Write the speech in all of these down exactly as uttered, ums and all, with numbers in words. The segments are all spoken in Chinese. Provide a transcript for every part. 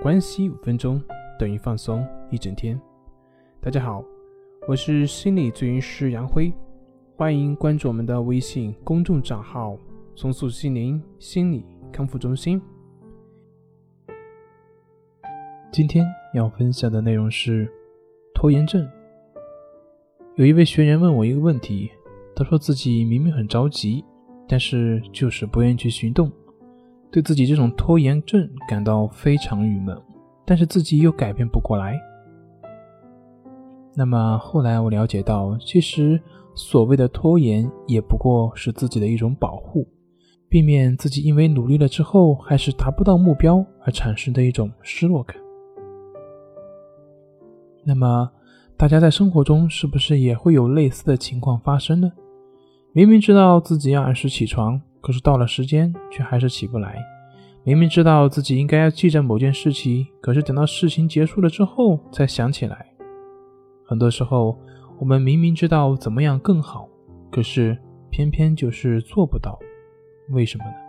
关系五分钟等于放松一整天。大家好，我是心理咨询师杨辉，欢迎关注我们的微信公众账号重塑心灵心理康复中心。今天要分享的内容是拖延症。有一位学员问我一个问题，他说自己明明很着急，但是就是不愿意去行动，对自己这种拖延症感到非常郁闷，但是自己又改变不过来。那么后来我了解到，其实所谓的拖延也不过是自己的一种保护，避免自己因为努力了之后还是达不到目标而产生的一种失落感。那么大家在生活中是不是也会有类似的情况发生呢？明明知道自己要按时起床，可是到了时间却还是起不来。明明知道自己应该要记着某件事情，可是等到事情结束了之后才想起来。很多时候我们明明知道怎么样更好，可是偏偏就是做不到，为什么呢？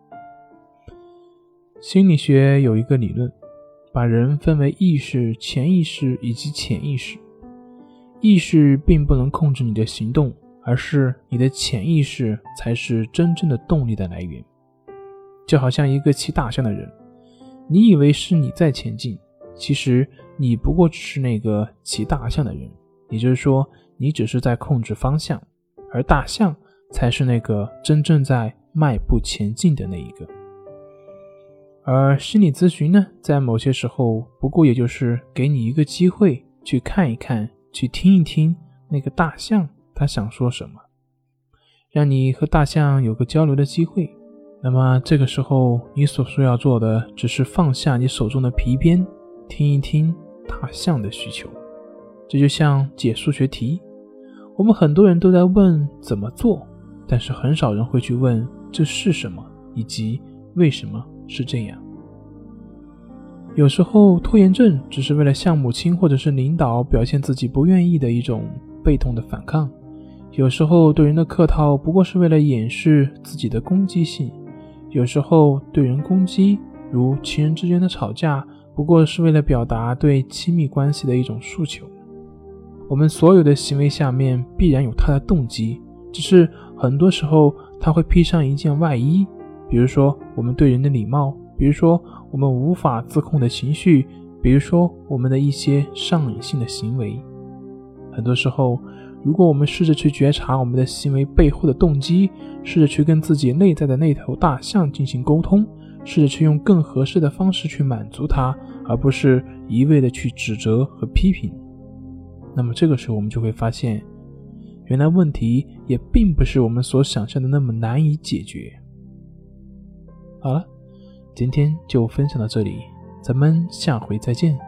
心理学有一个理论，把人分为意识、潜意识以及潜意识。意识并不能控制你的行动，而是你的潜意识才是真正的动力的来源。就好像一个骑大象的人，你以为是你在前进，其实你不过只是那个骑大象的人，也就是说你只是在控制方向，而大象才是那个真正在迈步前进的那一个。而心理咨询呢，在某些时候不过也就是给你一个机会去看一看，去听一听那个大象他想说什么，让你和大象有个交流的机会。那么这个时候你所需要做的只是放下你手中的皮鞭，听一听大象的需求。这就像解数学题，我们很多人都在问怎么做，但是很少人会去问这是什么，以及为什么是这样。有时候拖延症只是为了向母亲或者是领导表现自己不愿意的一种被动的反抗，有时候对人的客套不过是为了掩饰自己的攻击性，有时候对人攻击，如情人之间的吵架，不过是为了表达对亲密关系的一种诉求。我们所有的行为下面必然有它的动机，只是很多时候它会披上一件外衣，比如说我们对人的礼貌，比如说我们无法自控的情绪，比如说我们的一些上瘾性的行为。很多时候如果我们试着去觉察我们的行为背后的动机，试着去跟自己内在的那头大象进行沟通，试着去用更合适的方式去满足它，而不是一味的去指责和批评，那么这个时候我们就会发现，原来问题也并不是我们所想象的那么难以解决。好了，今天就分享到这里，咱们下回再见。